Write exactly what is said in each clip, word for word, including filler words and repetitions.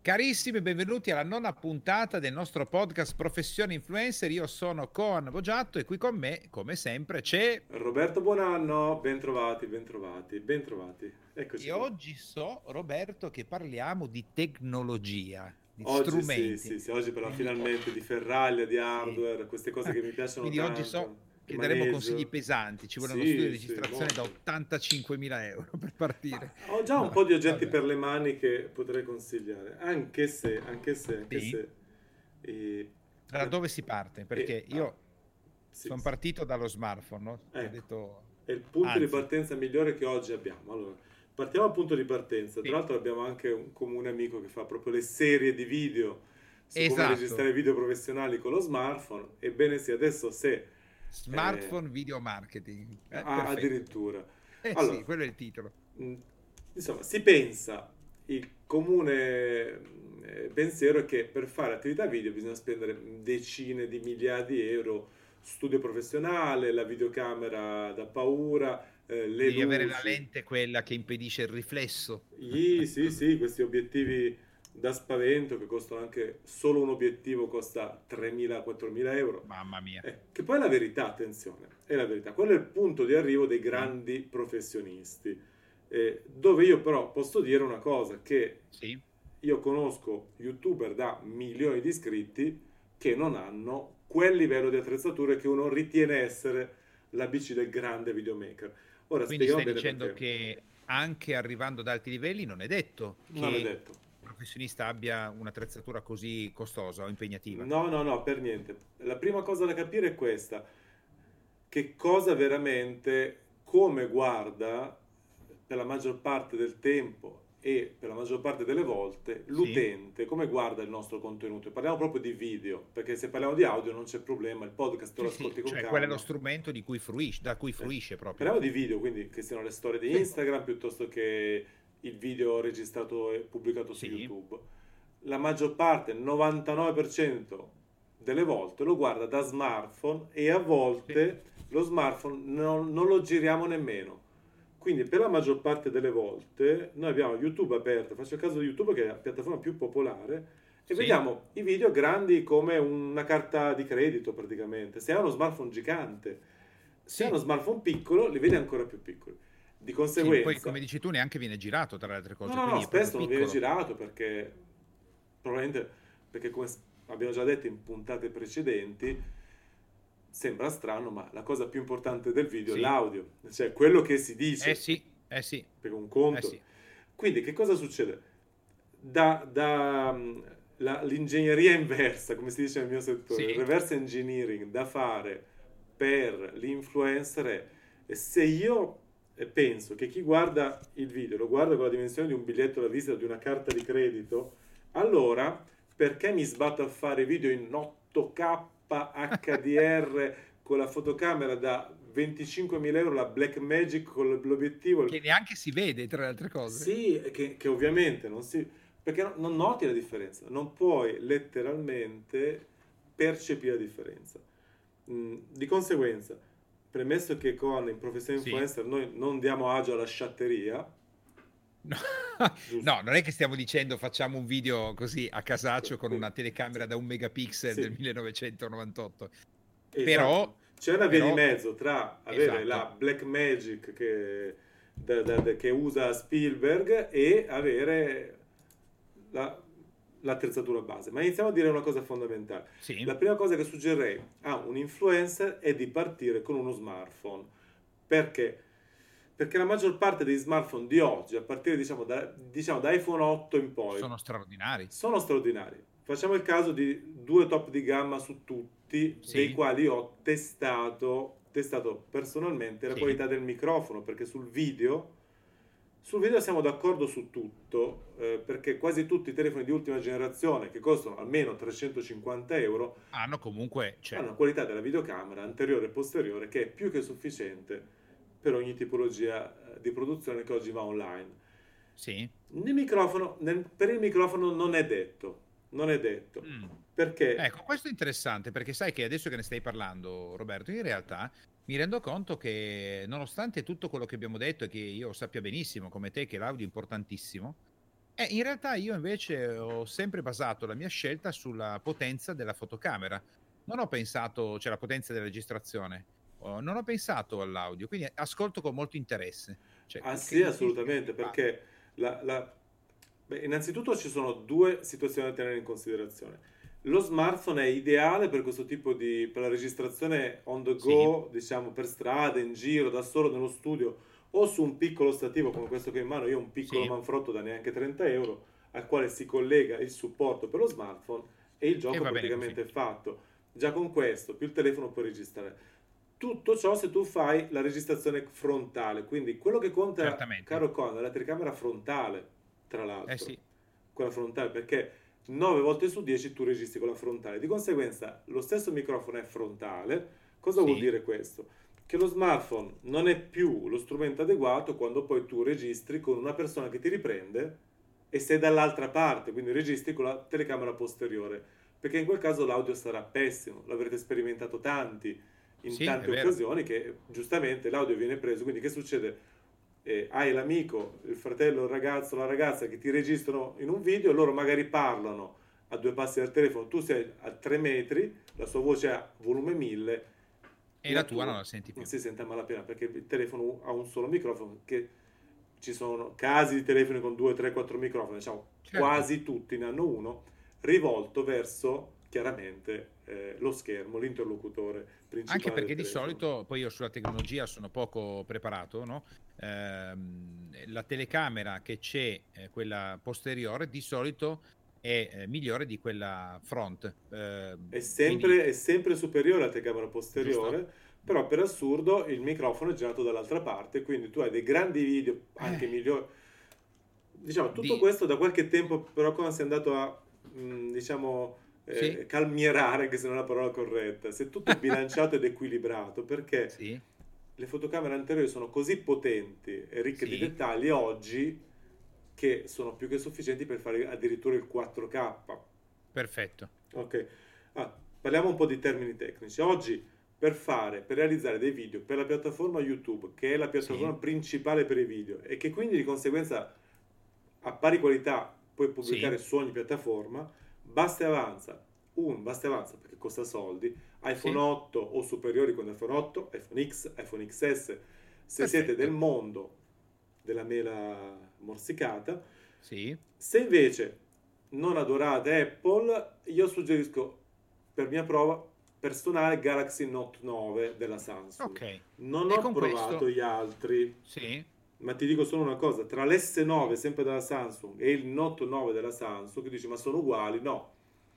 Carissimi, benvenuti alla nona puntata del nostro podcast Professione Influencer. Io sono Coan Boggiatto e qui con me, come sempre, c'è... Roberto Buonanno, bentrovati, bentrovati, bentrovati. Eccoci E qua. oggi so, Roberto, che parliamo di tecnologia, di Oggi sì, strumenti. sì, sì, oggi parliamo Quindi, oh, finalmente di ferraglia, di sì. hardware, queste cose che mi piacciono Quindi oggi so tanto, di che daremo maneggio. consigli pesanti. Ci vuole uno studio Sì, di sì, registrazione da molto. ottantacinquemila euro per Ma partire. ho già un No, po' di oggetti vabbè. per le mani che potrei consigliare, anche se, anche se, anche Sì. se... eh, Da la- dove si parte? eh, Perché ah, io sì, sono sì. partito dallo smartphone, no? Ti ho Ecco, detto, è il punto di anzi, partenza migliore che oggi abbiamo. Allora, partiamo dal punto di partenza. Tra sì. l'altro abbiamo anche un comune amico che fa proprio le serie di video su come Esatto. registrare video professionali con lo smartphone. Ebbene sì, adesso se eh, Smartphone video marketing, eh? ah, Perfetto. addirittura. Eh Allora, sì, quello è il titolo. mh, insomma, si pensa, il comune eh, pensiero è che per fare attività video bisogna spendere decine di migliaia di euro, studio professionale, la videocamera da paura, eh, le Devi avere la luci. lente quella che impedisce il riflesso. Gli, sì, sì, questi obiettivi da spavento che costano anche solo un obiettivo costa tremila-quattromila euro. Mamma mia. Eh, che poi è la verità, attenzione, è la verità. Quello è il punto di arrivo dei Sì, grandi professionisti. Eh, dove io però posso dire una cosa, che sì, io conosco youtuber da milioni di iscritti che non hanno quel livello di attrezzature che uno ritiene essere l'A B C del grande videomaker. Ora quindi spieghiamo stai bene dicendo perché. che anche arrivando ad alti livelli non è detto Non è che detto. il professionista abbia un'attrezzatura così costosa o impegnativa. No, no, no, per niente. La prima cosa da capire è questa. Che cosa veramente, come guarda per la maggior parte del tempo e per la maggior parte delle volte Sì, l'utente, come guarda il nostro contenuto. Parliamo proprio di video, perché se parliamo di audio non c'è problema, il podcast te lo sì, sì, ascolti con cioè quello è lo calma. strumento di cui fruisce, da cui Eh, fruisce proprio. Parliamo di video, quindi che siano le storie di Sì, Instagram piuttosto che il video registrato e pubblicato su sì, YouTube. La maggior parte, il novantanove per cento delle volte lo guarda da smartphone e a sì, volte lo smartphone non, non lo giriamo nemmeno. Quindi per la maggior parte delle volte noi abbiamo YouTube aperto, faccio il caso di YouTube che è la piattaforma più popolare, e sì, vediamo i video grandi come una carta di credito praticamente. Se hai uno smartphone gigante, se hai sì. uno smartphone piccolo, li vedi ancora più piccoli. Di Sì, poi come conseguenza, dici tu neanche viene girato tra le altre no, cose, no, no, quindi è proprio spesso non viene piccolo. girato perché probabilmente perché come s- abbiamo già detto in puntate precedenti, sembra strano, ma la cosa più importante del video è Sì, l'audio, cioè quello che si eh dice, sì, eh sì, perché un eh conto. sì, Quindi che cosa succede? Da, da, mh, la- l'ingegneria inversa, come si dice nel mio settore, il sì, reverse engineering da fare per l'influencer è, e se io eh, penso che chi guarda il video lo guarda con la dimensione di un biglietto da visita, di una carta di credito, allora perché mi sbatto a fare video in otto K H D R con la fotocamera da venticinquemila euro, la Blackmagic con l'obiettivo? che neanche si vede tra le altre cose. Sì, che, che ovviamente non si... perché no- non noti la differenza, non puoi letteralmente percepire la differenza. Mm, di conseguenza, premesso che con in professione Sì. influencer noi non diamo agio alla sciatteria, No, giusto? no, non è che stiamo dicendo facciamo un video così a casaccio Que- con una Quindi, sì, telecamera da un megapixel del sì, millenovecentonovantotto. Però, esatto. C'è una via di però, mezzo tra avere la esatto. Blackmagic che, da- da- da- che usa Spielberg e avere la- l'attrezzatura base. Ma iniziamo a dire una cosa fondamentale. Sì, La prima cosa che suggerirei a un influencer è di partire con uno smartphone. Perché? Perché la maggior parte degli smartphone di oggi, a partire diciamo da, diciamo da iPhone otto in poi, sono straordinari. sono straordinari. Facciamo il caso di due top di gamma su tutti, dei Sì, quali ho testato, testato personalmente la sì, qualità del microfono, perché sul video, sul video siamo d'accordo su tutto, eh, perché quasi tutti i telefoni di ultima generazione, che costano almeno trecentocinquanta euro, hanno comunque, cioè, hanno una qualità della videocamera anteriore e posteriore che è più che sufficiente per ogni tipologia eh, di produzione che oggi va online. sì. Nel microfono, nel- per il microfono non è detto, non è detto, Mm. perché Ecco, questo è interessante perché sai che adesso che ne stai parlando, Roberto, in realtà mi rendo conto che nonostante tutto quello che abbiamo detto e che io sappia benissimo come te che l'audio è importantissimo, Eh, in realtà io invece ho sempre basato la mia scelta sulla potenza della fotocamera. Non ho pensato, cioè la potenza della registrazione, oh, non ho pensato all'audio, quindi ascolto con molto interesse. Cioè, Ah che, sì, che- che- che assolutamente, fa? perché la, la- beh, innanzitutto ci sono due situazioni da tenere in considerazione. Lo smartphone è ideale per questo tipo di, per la registrazione on the Sì, go, diciamo per strada, in giro, da solo nello studio o su un piccolo stativo come questo che ho in mano. Io ho un piccolo sì, manfrotto da neanche trenta euro al quale si collega il supporto per lo smartphone e il e gioco va bene così. praticamente è fatto. Già con questo, più il telefono può registrare. Tutto ciò se tu fai la registrazione frontale, quindi quello che conta, Certamente. caro Con, è la telecamera frontale, tra Eh l'altro, sì, quella frontale, perché nove volte su dieci tu registri con la frontale, di conseguenza lo stesso microfono è frontale. Cosa vuol sì, dire questo? Che lo smartphone non è più lo strumento adeguato quando poi tu registri con una persona che ti riprende e sei dall'altra parte, quindi registri con la telecamera posteriore, perché in quel caso l'audio sarà pessimo, l'avrete sperimentato tanti in sì, è tante vero. occasioni che giustamente l'audio viene preso, quindi che succede? Eh, hai l'amico, il fratello, il ragazzo, la ragazza che ti registrano in un video, loro magari parlano a due passi dal telefono, tu sei a tre metri, la sua voce a volume mille, E la la tua tua non la senti non più. si sente a malapena perché il telefono ha un solo microfono, che ci sono casi di telefoni con due, tre, quattro microfoni, diciamo Certo. quasi tutti ne hanno uno, rivolto verso chiaramente eh, lo schermo, l'interlocutore Anche principale del perché di telefono. solito, poi io sulla tecnologia sono poco preparato, no? Ehm, la telecamera che c'è, eh, quella posteriore, di solito è eh, migliore di quella front. È Ehm, quindi, sempre, è sempre superiore alla telecamera giusto? posteriore, però per assurdo il microfono è girato dall'altra parte, quindi tu hai dei grandi video Eh, anche migliori. Diciamo, tutto di, questo da qualche tempo però come si è andato a, mh, diciamo, sì, eh, calmierare, anche se non è la parola corretta, si è tutto bilanciato ed equilibrato, perché sì, le fotocamere anteriori sono così potenti e ricche di sì, dettagli oggi che sono più che sufficienti per fare addirittura il quattro K. perfetto. Ok, ah, parliamo un po' di termini tecnici. Oggi per fare, per realizzare dei video per la piattaforma YouTube, che è la piattaforma Sì, principale per i video e che quindi di conseguenza a pari qualità puoi sì, pubblicare su ogni piattaforma, basta e avanza. Un, basta e avanza perché costa soldi, iPhone sì, otto o superiori con iPhone otto, iPhone X, iPhone X S. Se siete del perfetto. mondo della mela morsicata, Sì, se invece non adorate Apple, io suggerisco per mia prova personale Galaxy Note nove della Samsung. ok. Non E ho con provato questo, gli altri, sì, ma ti dico solo una cosa, tra l'S nove sì. sempre della Samsung e il Note nove della Samsung, che dici ma sono uguali? No,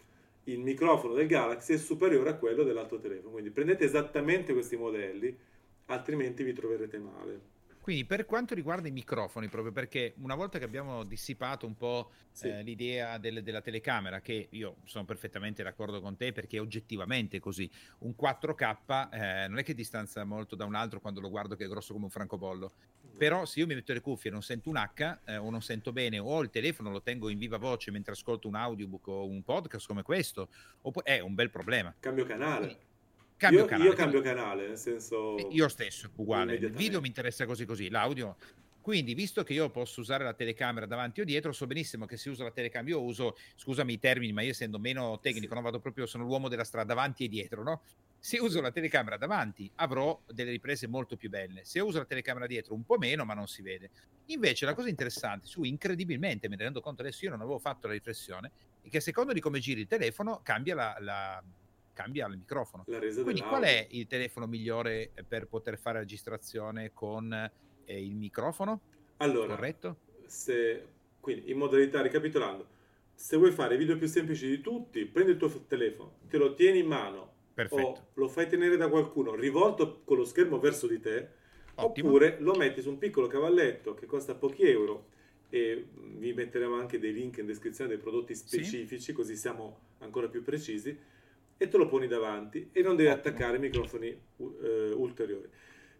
il microfono del Galaxy è superiore a quello dell'altro telefono, quindi prendete esattamente questi modelli, altrimenti vi troverete male. Quindi per quanto riguarda i microfoni, proprio perché una volta che abbiamo dissipato un po' Sì, eh, l'idea del- della telecamera, che io sono perfettamente d'accordo con te perché è oggettivamente così, un quattro K eh, non è che distanza molto da un altro quando lo guardo che è grosso come un francobollo, no. però se io mi metto le cuffie e non sento un H eh, o non sento bene o il telefono lo tengo in viva voce mentre ascolto un audiobook o un podcast come questo, oppu- è un bel problema. Cambio canale. Quindi cambio Io, io canale, cambio quindi canale, nel eh, senso io stesso, uguale. Il video mi immediatamente. interessa così così, l'audio. Quindi, visto che io posso usare la telecamera davanti o dietro, so benissimo che se uso la telecamera, io uso, scusami i termini, ma io essendo meno Sì, tecnico, non vado proprio, sono l'uomo della strada davanti e dietro, no? Se uso sì. la telecamera davanti, avrò delle riprese molto più belle. Se uso la telecamera dietro, un po' meno, ma non si vede. Invece, la cosa interessante, su incredibilmente, me ne rendo conto adesso, io non avevo fatto la riflessione, è che a seconda di come giri il telefono, cambia la, la- cambia il microfono. La resa Quindi qual dell'audio. è il telefono migliore per poter fare registrazione con eh, il microfono? Allora, Corretto? se, quindi in modalità ricapitolando, se vuoi fare i video più semplici di tutti, prendi il tuo f- telefono, te lo tieni in mano Perfetto. o lo fai tenere da qualcuno rivolto con lo schermo verso di te, Ottimo. oppure lo metti su un piccolo cavalletto che costa pochi euro e vi metteremo anche dei link in descrizione dei prodotti Sì, specifici, così siamo ancora più precisi, e te lo poni davanti e non devi ottimo. attaccare microfoni u- eh, ulteriori.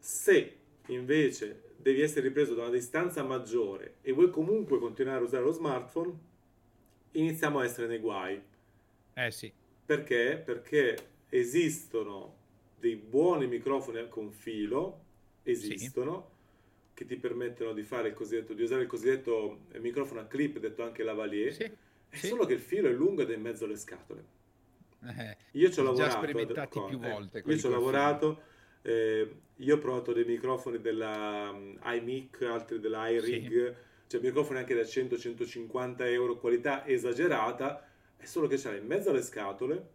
Se invece devi essere ripreso da una distanza maggiore e vuoi comunque continuare a usare lo smartphone, iniziamo a essere nei guai. Eh sì, Perché? Perché esistono dei buoni microfoni con filo, sì, esistono, che ti permettono di fare il cosiddetto, di usare il cosiddetto eh, microfono a clip, detto anche lavalier, Sì, è sì. solo che il filo è lungo ed è in mezzo alle scatole. Eh, Io ci ho già lavorato, ad- sperimentati con, più eh, volte io quelli ci ho col filo. lavorato, eh, io ho provato dei microfoni della um, iMic, altri della Sì. iRig, cioè microfoni anche da cento centocinquanta euro, qualità esagerata, è solo che c'era in mezzo alle scatole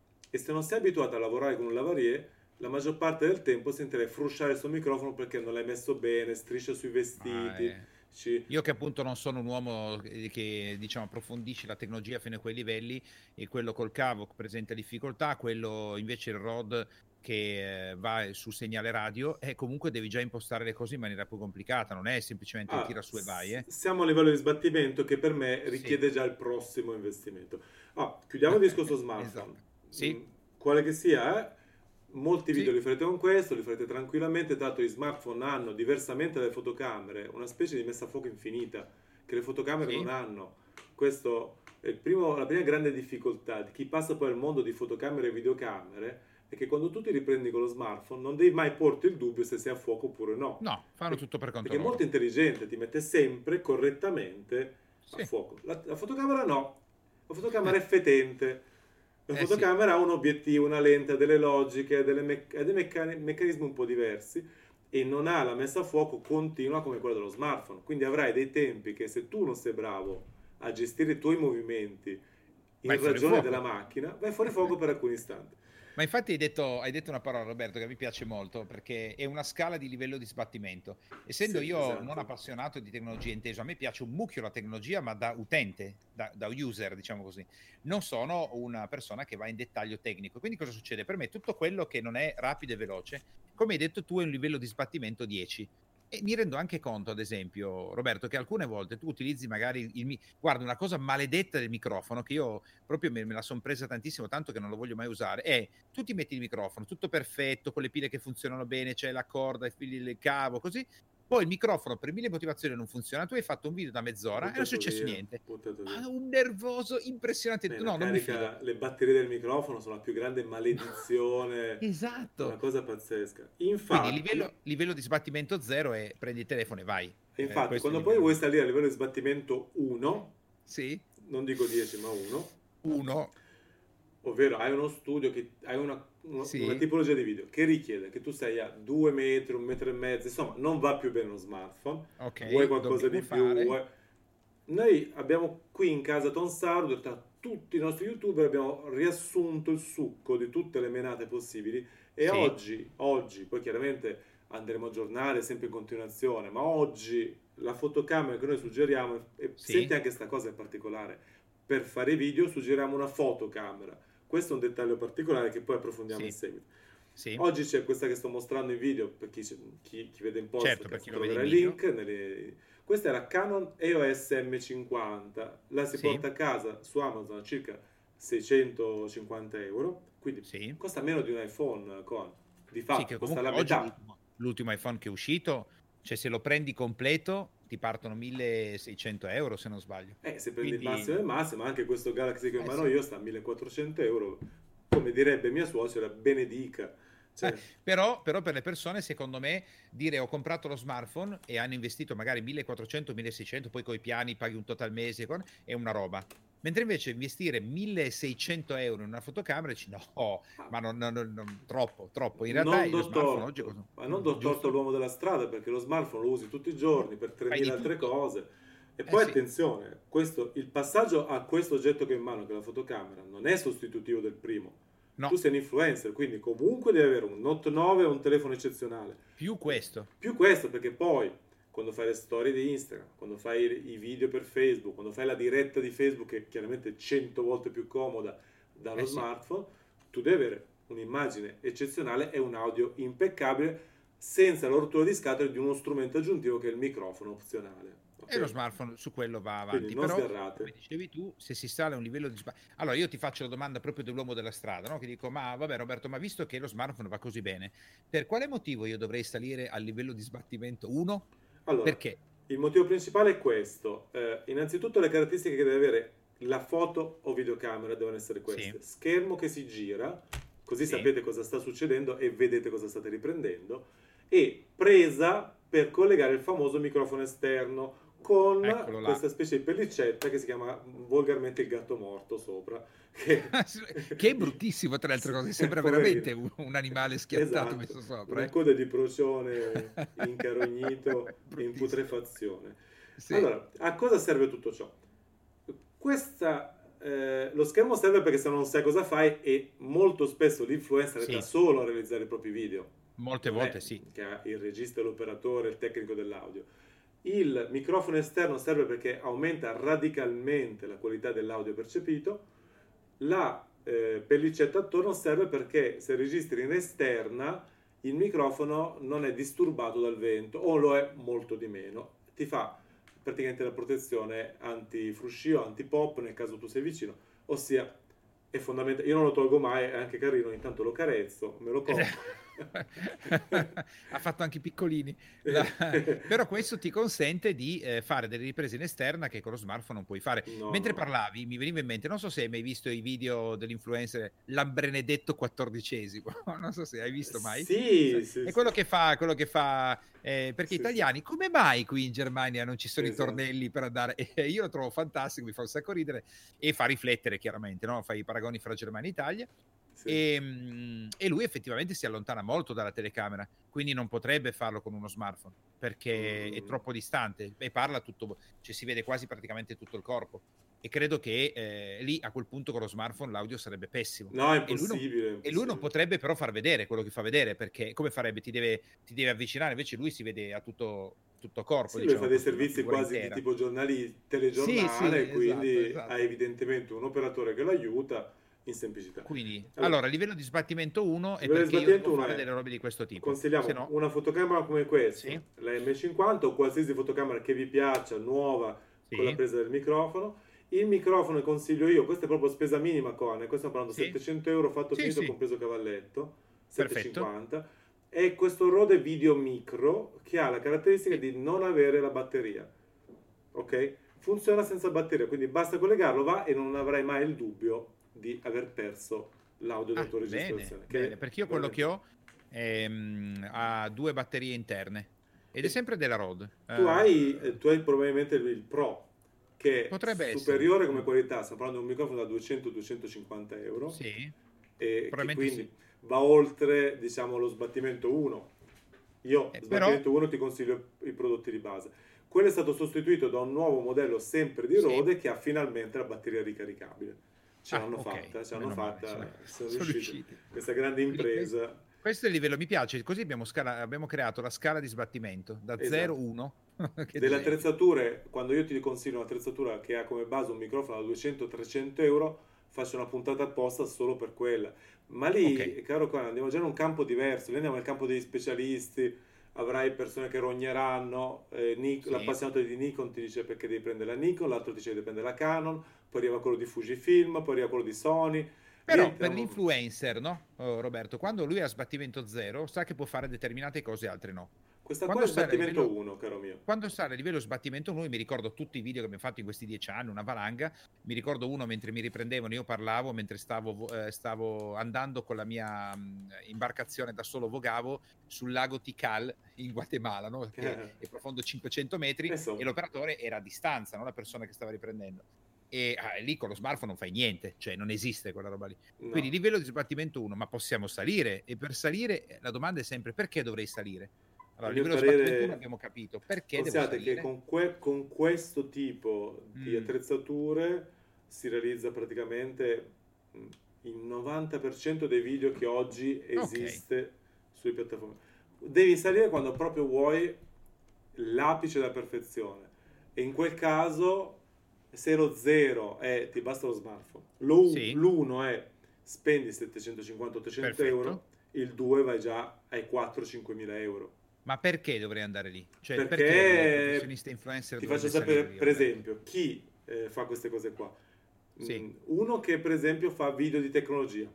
e se non sei abituato a lavorare con un lavalier, la maggior parte del tempo sentirai frusciare il suo microfono perché non l'hai messo bene, striscia sui Ma, vestiti, eh, ci... io che appunto non sono un uomo che, che, diciamo approfondisce la tecnologia fino a quei livelli, e quello col cavo presenta difficoltà, quello invece il Rode che eh, va su segnale radio, e comunque devi già impostare le cose in maniera più complicata, non è semplicemente il Ah, tira su e vai, s- eh. siamo a livello di sbattimento che per me Sì. richiede già il prossimo investimento. Ah, chiudiamo il discorso smartphone. Esatto. Sì, Mm, quale che sia, eh, molti video sì, li farete con questo, li farete tranquillamente, tanto gli smartphone hanno, diversamente dalle fotocamere, una specie di messa a fuoco infinita che le fotocamere non sì. hanno. Questo è il primo- la prima grande difficoltà di chi passa poi al mondo di fotocamere e videocamere, è che quando tu ti riprendi con lo smartphone non devi mai porti il dubbio se sei a fuoco oppure no. No, fanno Perché tutto per conto perché è molto loro. intelligente, ti mette sempre correttamente a Sì. fuoco. La, la fotocamera no, la fotocamera è fetente. La Eh sì. fotocamera ha un obiettivo, una lente, ha delle logiche, ha delle mec- ha dei meccani- meccanismi un po' diversi e non ha la messa a fuoco continua come quella dello smartphone. Quindi avrai dei tempi che se tu non sei bravo a gestire i tuoi movimenti Vai in fuori ragione della fuoco. macchina, vai fuori fuoco per alcuni istanti. Ma infatti hai detto, hai detto una parola, Roberto, che mi piace molto, perché è una scala di livello di sbattimento. Essendo Sì, io non esatto. appassionato di tecnologia inteso, a me piace un mucchio la tecnologia, ma da utente, da, da user, diciamo così. Non sono una persona che va in dettaglio tecnico. Quindi cosa succede? Per me tutto quello che non è rapido e veloce, come hai detto tu, è un livello di sbattimento dieci. E mi rendo anche conto, ad esempio, Roberto, che alcune volte tu utilizzi magari il... Mi- guarda, una cosa maledetta del microfono, che io proprio me, me la sono presa tantissimo, tanto che non lo voglio mai usare, è tu ti metti il microfono, tutto perfetto, con le pile che funzionano bene, c'è la corda, i fili, il cavo, così. Poi il microfono per mille motivazioni non funziona. Tu hai fatto un video da mezz'ora e non è Buttato successo via, niente. buttato via. Ma un nervoso impressionante. Beh, la No, non mi fido. carica, le batterie del microfono sono la più grande maledizione, una Esatto. cosa pazzesca. Quindi Infatti, livello, livello di sbattimento zero e prendi il telefono e vai. Eh, infatti, questo è il quando poi livello vuoi di... salire a livello di sbattimento uno, Sì, non dico dieci ma uno, uno, ovvero hai uno studio, che hai una, una- una sì, tipologia di video che richiede che tu sei a due metri, un metro e mezzo, insomma, non va più bene uno smartphone, vuoi ok, qualcosa di dobbiamo più, fare. vuoi... Noi abbiamo qui in casa Tonsardo, tra tutti i nostri youtuber abbiamo riassunto il succo di tutte le menate possibili e Sì, oggi, oggi, poi chiaramente andremo a aggiornare sempre in continuazione, ma oggi la fotocamera che noi suggeriamo, e sì, senti anche questa cosa in particolare, per fare video suggeriamo una fotocamera. Questo è un dettaglio particolare che poi approfondiamo in sì, seguito. sì. Oggi c'è questa che sto mostrando in video, per chi, chi- chi vede in Certo, per podcast chi lo vede in troverà il video. link. Nelle... Questa è la Canon E O S M cinquanta, la si Sì, porta a casa su Amazon a circa seicentocinquanta euro, quindi sì. costa meno di un iPhone con, di Sì, fatto che costa comunque la oggi metà. l'ultimo, l'ultimo iPhone che è uscito, cioè se lo prendi completo ti partono milleseicento euro se non sbaglio. Eh, se prendi il massimo Quindi, del massimo, anche questo Galaxy che ho in eh mano sì. io sta a millequattrocento euro, come direbbe mia suocera, benedica. Eh, Cioè, però, però per le persone, secondo me, dire ho comprato lo smartphone e hanno investito magari millequattrocento milleseicento, poi coi piani paghi un total mese, con- è una roba. Mentre invece investire milleseicento euro in una fotocamera, dici no, ma non, non- non- non- troppo, troppo. In realtà non lo do smartphone oggi torto, cosa? ma non Mm, do torto giusto? all'uomo della strada perché lo smartphone lo usi tutti i giorni per Fai di tremila altre tutto. cose. E Eh poi sì, attenzione, questo, il passaggio a questo oggetto che ho in mano, che è la fotocamera, non è sostitutivo del primo. Tu no, sei un influencer, quindi comunque devi avere un Note nove o un telefono eccezionale. più questo. Più questo perché poi, quando fai le storie di Instagram, quando fai i video per Facebook, quando fai la diretta di Facebook, che è chiaramente cento volte più comoda dallo Eh sì. smartphone, tu devi avere un'immagine eccezionale e un audio impeccabile senza la rottura di scatole di uno strumento aggiuntivo che è il microfono opzionale. E lo Ok? smartphone su quello va Quindi avanti. non Però, come sgarrate. dicevi tu, se si sale a un livello di sbattimento... Allora, io ti faccio la domanda proprio dell'uomo della strada, no? Che dico, ma vabbè Roberto, ma visto che lo smartphone va così bene, per quale motivo io dovrei salire al livello di sbattimento uno? Allora, Perché? il motivo principale è questo. Eh, innanzitutto le caratteristiche che deve avere la foto o videocamera devono essere Sì, queste. Schermo che si gira, così sì, sapete cosa sta succedendo e vedete cosa state riprendendo. E presa per collegare il famoso microfono esterno con Eccolo là. questa specie di pellicetta che si chiama volgarmente il gatto morto sopra. Che, Che è bruttissimo, tra le altre cose, sembra veramente poverino. un, un animale schiattato Esatto, messo sopra. una Eh. coda di procione incarognito e in Bruttissimo. putrefazione. Sì, Allora, a cosa serve tutto ciò? Questa, eh, lo schermo serve perché se non sai cosa fai e molto spesso l'influencer è da sì, solo a realizzare i propri video. molte Non volte è sì. che ha il regista, l'operatore, il tecnico dell'audio. Il microfono esterno serve perché aumenta radicalmente la qualità dell'audio percepito. La eh, pellicetta attorno serve perché se registri in esterna il microfono non è disturbato dal vento o lo è molto di meno. Ti fa praticamente la protezione anti-fruscio, anti-pop nel caso tu sei vicino, ossia è fondamentale. Io non lo tolgo mai, è anche carino, intanto lo carezzo, me lo copro. Ha fatto anche i piccolini. La- Però questo ti consente di eh, fare delle riprese in esterna che con lo smartphone non puoi fare. No, Mentre no. parlavi, mi veniva in mente, non so se hai mai visto i video dell'influencer Lambrenedetto quattordicesimo, non so se hai visto mai. Sì, sì, È sì. quello che fa, quello che fa eh, perché Sì, italiani, come mai qui in Germania non ci sono i esatto. tornelli per andare? E io lo trovo fantastico, mi fa un sacco ridere e fa riflettere chiaramente, no? Fa i paragoni fra Germania e Italia. Sì. E, mm, e lui effettivamente si allontana molto dalla telecamera, quindi non potrebbe farlo con uno smartphone perché Mm. è troppo distante e parla tutto, cioè si vede quasi praticamente tutto il corpo. E credo che eh, lì a quel punto con lo smartphone l'audio sarebbe pessimo. No, è E lui, non, impossibile, è e lui non impossibile. potrebbe però far vedere quello che fa vedere, perché come farebbe? Ti deve, ti deve avvicinare, invece lui si vede a tutto, tutto corpo, Sì, lui fa diciamo dei così, una servizi figura quasi di intera. tipo giornali, Sì, sì, telegiornale, esatto, quindi ha esatto. evidentemente un operatore che l'aiuta in semplicità. Quindi, Allora, allora, a livello di sbattimento uno è livello di perché io devo sbattimento uno fare è, delle robe di questo tipo, se consigliamo no, una fotocamera come questa, sì, la M cinquanta o qualsiasi fotocamera che vi piaccia, nuova, con la sì, presa del microfono. Il microfono consiglio io, questa è proprio spesa minima Cone, questo stiamo parlando sì, settecento euro fatto sì, finito sì, compreso cavalletto, perfetto. settecentocinquanta, è questo Rode Video Micro che ha la caratteristica Sì. di non avere la batteria, ok? Funziona senza batteria, quindi basta collegarlo, va e non avrai mai il dubbio di aver perso l'audio della Ah, tua bene, registrazione, che bene, è perché io quello che veramente... ho ehm, ha due batterie interne ed è E sempre della Rode. tu hai, Eh, eh, tu hai probabilmente il Pro, che è potrebbe essere. superiore come Mm, qualità, stiamo parlando di un microfono da duecento duecentocinquanta euro, sì, e che probabilmente sì. quindi va oltre, diciamo, lo sbattimento uno. Io, Eh, però, sbattimento uno, ti consiglio i prodotti di base. Quello è stato sostituito da un nuovo modello sempre di sì. Rode che ha finalmente la batteria ricaricabile. Ce Ah, l'hanno ok, fatta, ce l'hanno meno male, sono, fatta, sono sono riusciti. riusciti. Questa grande Quindi questo, impresa. questo è il livello, mi piace, così abbiamo, scala- abbiamo creato la scala di sbattimento da zero Esatto. a uno, che Delle esempio. attrezzature, quando io ti consiglio un'attrezzatura che ha come base un microfono da duecento trecento euro, faccio una puntata apposta solo per quella. Ma Ok, lì, caro Conan, andiamo già in un campo diverso, lì andiamo nel campo degli specialisti, avrai persone che rogneranno, eh, Nik- sì. l'appassionato di Nikon ti dice perché devi prendere la Nikon, l'altro ti dice che devi prendere la Canon, poi arriva quello di Fujifilm, poi arriva quello di Sony, lì Però per entriamo... l'influencer, no, oh, Roberto, quando lui ha sbattimento zero, sa che può fare determinate cose, altre no. Questa qua è Quando sale a sbattimento livello, uno, caro mio. quando sale a livello sbattimento uno, io mi ricordo tutti i video che abbiamo fatto in questi dieci anni, una valanga, mi ricordo uno mentre mi riprendevano, io parlavo, mentre stavo, eh, stavo andando con la mia mh, imbarcazione da solo, vogavo sul lago Tikal in Guatemala, no? Che è profondo cinquecento metri, e Insomma, l'operatore era a distanza, no? La persona che stava riprendendo. E ah, lì con lo smartphone non fai niente, cioè non esiste quella roba lì. Quindi no. livello di sbattimento uno, ma possiamo salire, e per salire eh, la domanda è sempre perché dovrei salire? A Allora, a mio livello di sbattimento uno parere, abbiamo capito perché devo considerate che salire. con, que- con questo tipo di Mm, attrezzature si realizza praticamente mm, il novanta per cento dei video che oggi ok, esiste sulle piattaforme. Devi salire quando proprio vuoi l'apice della perfezione. E in quel caso, se lo zero è ti basta lo smartphone, lo, sì, l'uno è spendi settecentocinquanta ottocento perfetto. euro, il due vai già ai quattro cinque mila euro. Ma perché dovrei andare lì? Cioè, perché il Perché professionista influencer ti faccio dovrebbe sapere, salire lì, per Roberto? esempio, chi eh, fa queste cose qua. Sì. Mm, uno che per esempio fa video di tecnologia.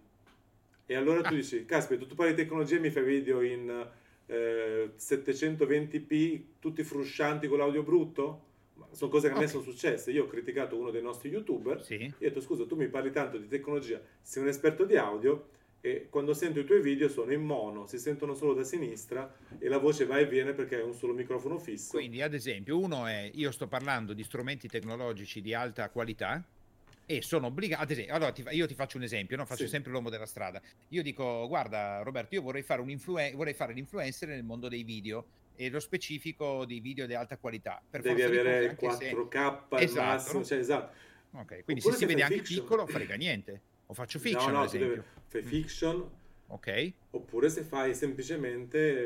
E allora tu Ah, dici, caspita, tu parli di tecnologia e mi fai video in eh, settecentoventi p, tutti fruscianti con l'audio brutto? Ma sono cose che a me ok, sono successe. Io ho criticato uno dei nostri youtuber sì, e ho detto, scusa, tu mi parli tanto di tecnologia, sei un esperto di audio, e quando sento i tuoi video sono in mono, si sentono solo da sinistra e la voce va e viene perché è un solo microfono fisso. Quindi, ad esempio, uno è, io sto parlando di strumenti tecnologici di alta qualità e sono obbligato, ad esempio, allora ti, io ti faccio un esempio, no? Faccio Sì. sempre l'uomo della strada. Io dico, guarda Roberto, io vorrei fare un influen- vorrei fare l'influencer nel mondo dei video e lo specifico di video di alta qualità. Per Devi forza di cose, avere il anche se... quattro K al Esatto, massimo, no? cioè esatto. Ok, quindi se Oppure si se vede fai anche fiction. piccolo, frega niente. O faccio No, fiction, ad no, tu devi, esempio. fai Mm. fiction, Ok, oppure se fai semplicemente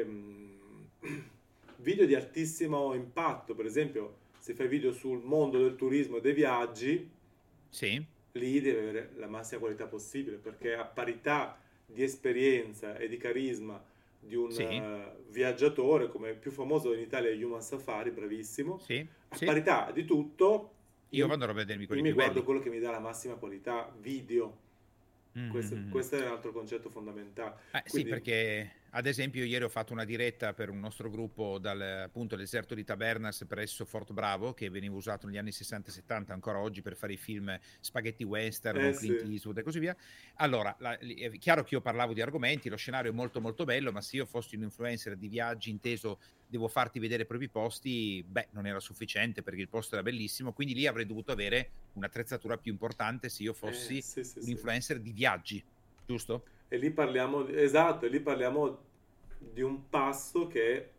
mh, video di altissimo impatto, per esempio se fai video sul mondo del turismo e dei viaggi, sì, lì devi avere la massima qualità possibile, perché a parità di esperienza e di carisma di un sì, uh, viaggiatore, come il più famoso in Italia è Human Safari, bravissimo, sì, a sì. parità di tutto, Io io, vado a vedermi io quelli mi più guardo belli. quello che mi dà la massima qualità video. Mm, mm, Questo, mm, mm. questo è un altro concetto fondamentale. Eh, sì, Quindi, perché ad esempio ieri ho fatto una diretta per un nostro gruppo dal appunto deserto di Tabernas presso Fort Bravo, che veniva usato negli anni sessanta settanta, ancora oggi, per fare i film spaghetti western eh con Clint sì, Eastwood e così via. Allora, la- li- è chiaro che io parlavo di argomenti, lo scenario è molto molto bello, ma se io fossi un influencer di viaggi inteso devo farti vedere i propri posti, beh, non era sufficiente perché il posto era bellissimo, quindi lì avrei dovuto avere un'attrezzatura più importante se io eh, fossi sì, sì, un sì. influencer di viaggi, giusto? E lì parliamo, esatto, e lì parliamo di un passo che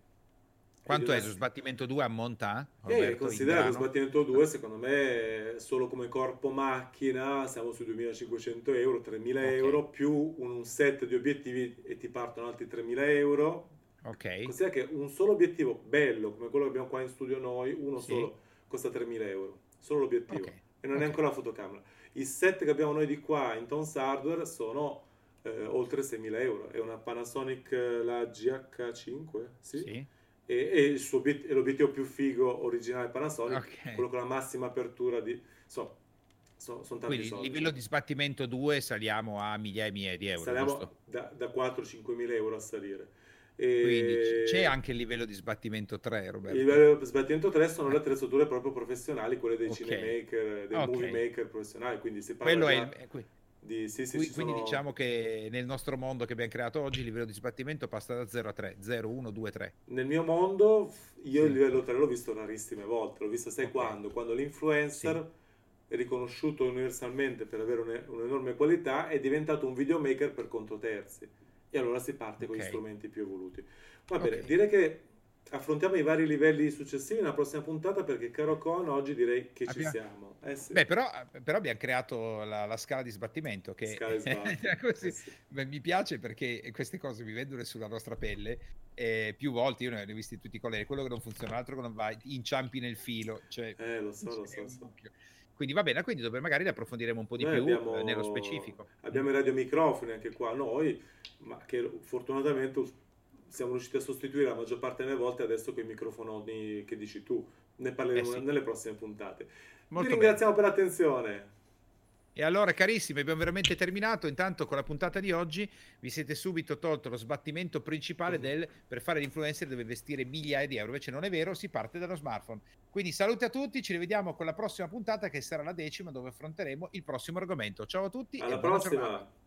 è di Quanto una... è lo sbattimento due a monta, E Roberto, in considera che lo grano? sbattimento due, secondo me, solo come corpo macchina, siamo sui duemilacinquecento euro, tremila Ok, euro, più un set di obiettivi e ti partono altri tremila euro. ok, Considera che un solo obiettivo bello, come quello che abbiamo qua in studio noi, uno sì, solo, costa tremila euro. Solo ok, l'obiettivo. E non è ok, ancora la fotocamera. I set che abbiamo noi di qua in Tons Hardware sono eh, oltre seimila euro. È una Panasonic, eh, la G H cinque, sì? sì, E, e il suo obiet- e l'obiettivo più figo originale Panasonic, ok. quello con la massima apertura di... So, so- sono tanti Quindi il soldi. livello di sbattimento due saliamo a migliaia e migliaia di euro, Saliamo giusto? da, da quattro-cinque mila euro a salire. Quindi c- c'è E anche il livello di sbattimento tre, i Roberto. livelli di sbattimento tre sono le attrezzature proprio professionali, quelle dei Ok, cinemaker, dei movie ok. maker professionali, quindi si parla Quello è già il... eh, qui- di... Sì, sì, qui- ci quindi sono... diciamo che nel nostro mondo che abbiamo creato oggi il livello di sbattimento passa da zero a tre, zero, uno, due, tre. Nel mio mondo, io il Sì, livello tre l'ho visto rarissime volte, l'ho visto, sai ok, quando? Quando sì, l'influencer è riconosciuto universalmente per avere un- un'enorme qualità, è diventato un videomaker per conto terzi. E allora si parte con gli ok, strumenti più evoluti. Va ok. bene, direi che affrontiamo i vari livelli successivi nella prossima puntata perché, caro Con, oggi direi che ci Abbiamo- siamo. Eh sì, Beh, però, però abbiamo creato la, la scala di sbattimento che scale sbatti. Eh così, sì. beh, mi piace perché queste cose mi vengono sulla nostra pelle e più volte io ne ho visti tutti i colori, quello che non funziona, l'altro che non va, inciampi nel filo, cioè Eh, lo so, lo è so, un so. mucchio. Quindi va bene, quindi dove magari ne approfondiremo un po' di Noi più eh, nello abbiamo, specifico. Mm. abbiamo i radiomicrofoni anche qua noi, ma che fortunatamente us- siamo riusciti a sostituire la maggior parte delle volte adesso con i microfononi che dici tu. Ne Eh parleremo sì, nelle prossime puntate. Vi molto bene. ringraziamo per l'attenzione. E allora, carissimi, abbiamo veramente terminato. Intanto, con la puntata di oggi, vi siete subito tolto lo sbattimento principale del per fare l'influencer deve investire migliaia di euro. Invece non è vero, si parte dallo smartphone. Quindi saluti a tutti, ci rivediamo con la prossima puntata che sarà la decima dove affronteremo il prossimo argomento. Ciao a tutti e Alla buona giornata. prossima!